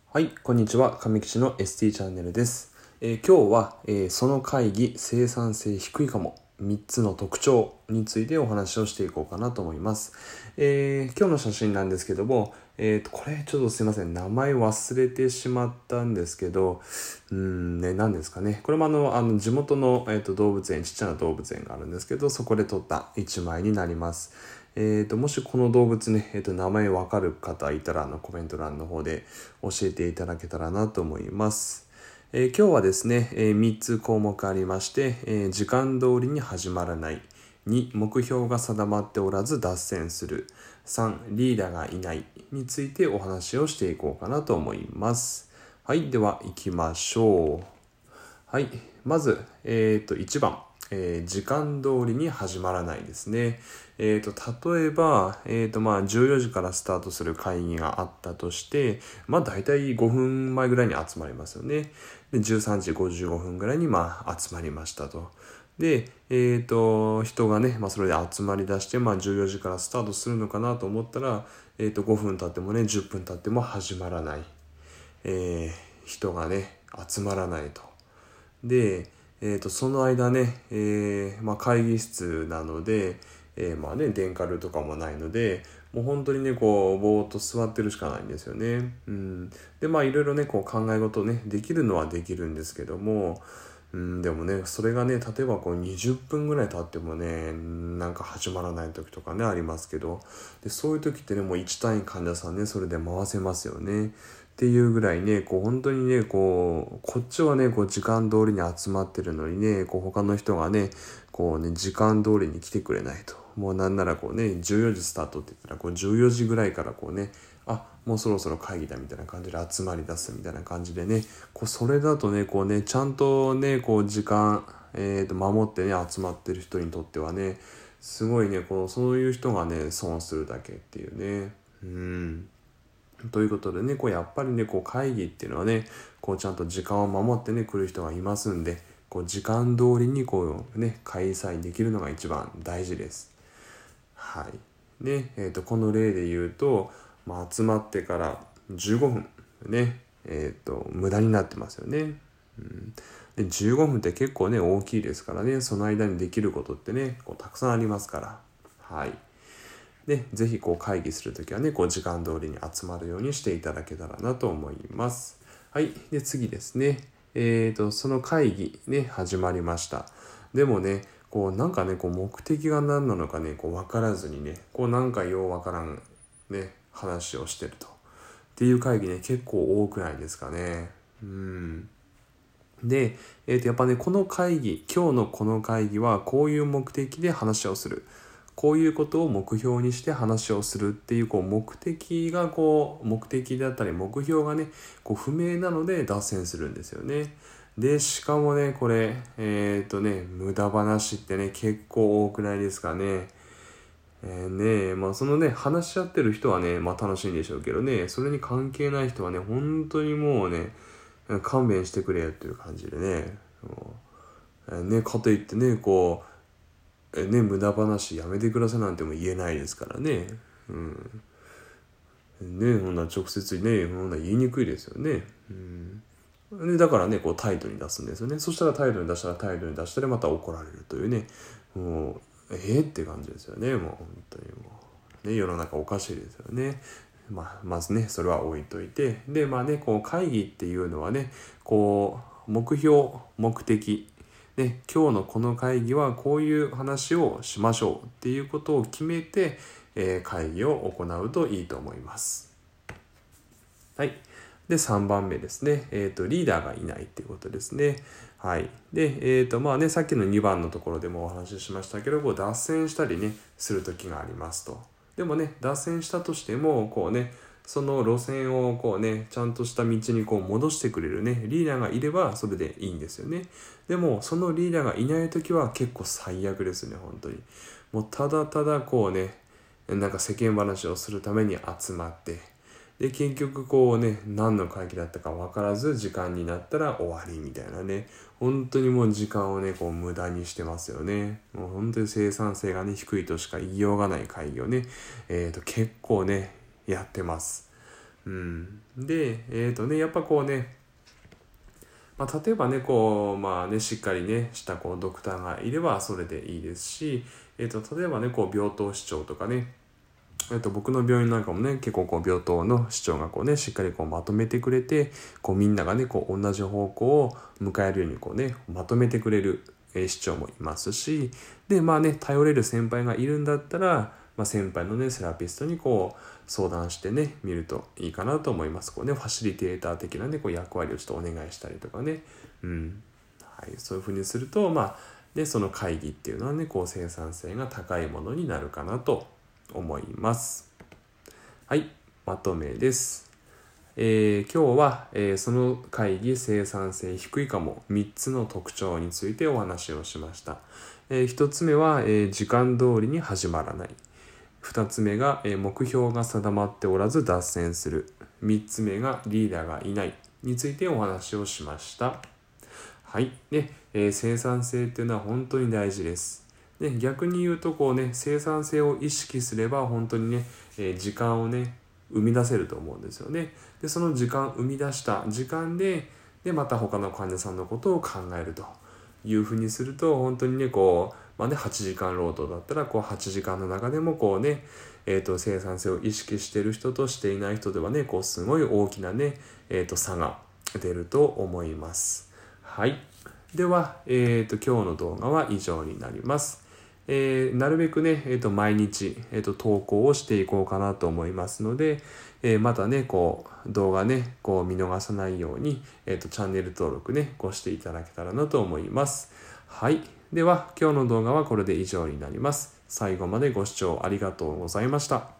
はい、こんにちは。上吉の ST チャンネルです。今日は、その会議生産性低いかも3つの特徴についてお話をしていこうかなと思います。今日の写真なんですけども、これちょっとすいません。名前忘れてしまったんですけど、何ですかね。これも地元の、動物園、ちっちゃな動物園があるんですけど、そこで撮った1枚になります。もしこの動物ね、名前わかる方いたらコメント欄の方で教えていただけたらなと思います。今日はですね、3つ項目ありまして、時間通りに始まらない。2、目標が定まっておらず脱線する。3、リーダーがいないについてお話をしていこうかなと思います。はい、では行きましょう。はい、まず、1番。時間通りに始まらないですね。例えば、14時からスタートする会議があったとして、大体5分前ぐらいに集まりますよね。で、13時55分ぐらいに集まりましたと。で、人がね、それで集まり出して、14時からスタートするのかなと思ったら、5分経ってもね、10分経っても始まらない。人がね、集まらないと。で、その間ね、会議室なので、電カルとかもないので、もう本当にね、ぼーっと座ってるしかないんですよね。で、いろいろね、考え事ね、できるのはできるんですけども、でもね、それがね、例えば20分ぐらい経ってもね、なんか始まらない時とかね、ありますけど、で、そういう時ってね、もう1単位患者さんね、それで回せますよね。っていうぐらいね、本当にね、こっちはね、時間通りに集まってるのにね、他の人がね、時間通りに来てくれないと。もうなんなら14時スタートって言ったら、14時ぐらいからもうそろそろ会議だみたいな感じで集まり出すみたいな感じでね、それだとね、ちゃんとね、時間、守ってね、集まってる人にとってはね、すごいね、そういう人がね、損するだけっていうね。ということでね、やっぱりね、会議っていうのはね、ちゃんと時間を守ってね、来る人がいますんで、時間通りに開催できるのが一番大事です。はい。で、この例で言うと、集まってから15分ね、無駄になってますよね。で、15分って結構ね、大きいですからね、その間にできることってね、たくさんありますから。はい。で、ぜひ会議するときはね、時間通りに集まるようにしていただけたらなと思います。はい。で、次ですね。その会議ね、始まりました。でもね、なんかね、目的が何なのかね、分からずにね、なんかようわからんね、話をしてると。っていう会議ね、結構多くないですかね。で、やっぱね、この会議、今日のこの会議はこういう目的で話をする。こういうことを目標にして話をするっていう、目的が目的だったり目標がね、不明なので脱線するんですよね。で、しかもね、これ、無駄話ってね、結構多くないですかね。そのね、話し合ってる人はね、楽しいんでしょうけどね、それに関係ない人はね、本当にもうね、勘弁してくれよっていう感じでね、かといってね、無駄話やめてくださいなんても言えないですからね。ほんな直接ね、ほんな言いにくいですよね。で、だからね、態度に出すんですよね。そしたら態度に出したらまた怒られるというね、もう、って感じですよね。もう本当にもう。ね、世の中おかしいですよね。まずね、それは置いといて。で、会議っていうのはね、目標、目的、ね、今日のこの会議はこういう話をしましょうっていうことを決めて、会議を行うといいと思います。はい。で、3番目ですね。リーダーがいないっていうことですね。はい。で、さっきの2番のところでもお話ししましたけど、脱線したりね、する時がありますと。でもね、脱線したとしても、その路線をちゃんとした道に戻してくれるね、リーダーがいればそれでいいんですよね。でも、そのリーダーがいない時は結構最悪ですね、本当に。もうただただなんか世間話をするために集まって、で、結局何の会議だったか分からず時間になったら終わりみたいなね。本当にもう時間をね、無駄にしてますよね。もう本当に生産性がね、低いとしか言いようがない会議をね、結構ね、やってます。 で、やっぱこうね、例えばね、しっかりね、したドクターがいればそれでいいですし、例えばね、病棟市長とかね、僕の病院なんかもね、結構病棟の市長がしっかりまとめてくれて、みんながね、同じ方向を迎えるようにまとめてくれる市長もいますし、で、頼れる先輩がいるんだったら、先輩のね、セラピストに相談してね、見るといいかなと思います。ファシリテーター的なね、役割をちょっとお願いしたりとかね。はい、そういうふうにすると、その会議っていうのはね、生産性が高いものになるかなと思います。はい、まとめです。今日は、その会議生産性低いかも3つの特徴についてお話をしました。1つ目は、時間通りに始まらない。2つ目が、目標が定まっておらず脱線する。3つ目がリーダーがいないについてお話をしました。はい。で、生産性っていうのは本当に大事です。で、逆に言うと生産性を意識すれば本当にね、時間をね、生み出せると思うんですよね。で、その時間生み出した時間で、また他の患者さんのことを考えるというふうにすると、本当にね、8時間労働だったら、8時間の中でも生産性を意識している人としていない人ではね、すごい大きなね、差が出ると思います。はい。では、今日の動画は以上になります。なるべくね、毎日、投稿をしていこうかなと思いますので、またね、動画ね、見逃さないように、チャンネル登録ね、していただけたらなと思います。はい。では、今日の動画はこれで以上になります。最後までご視聴ありがとうございました。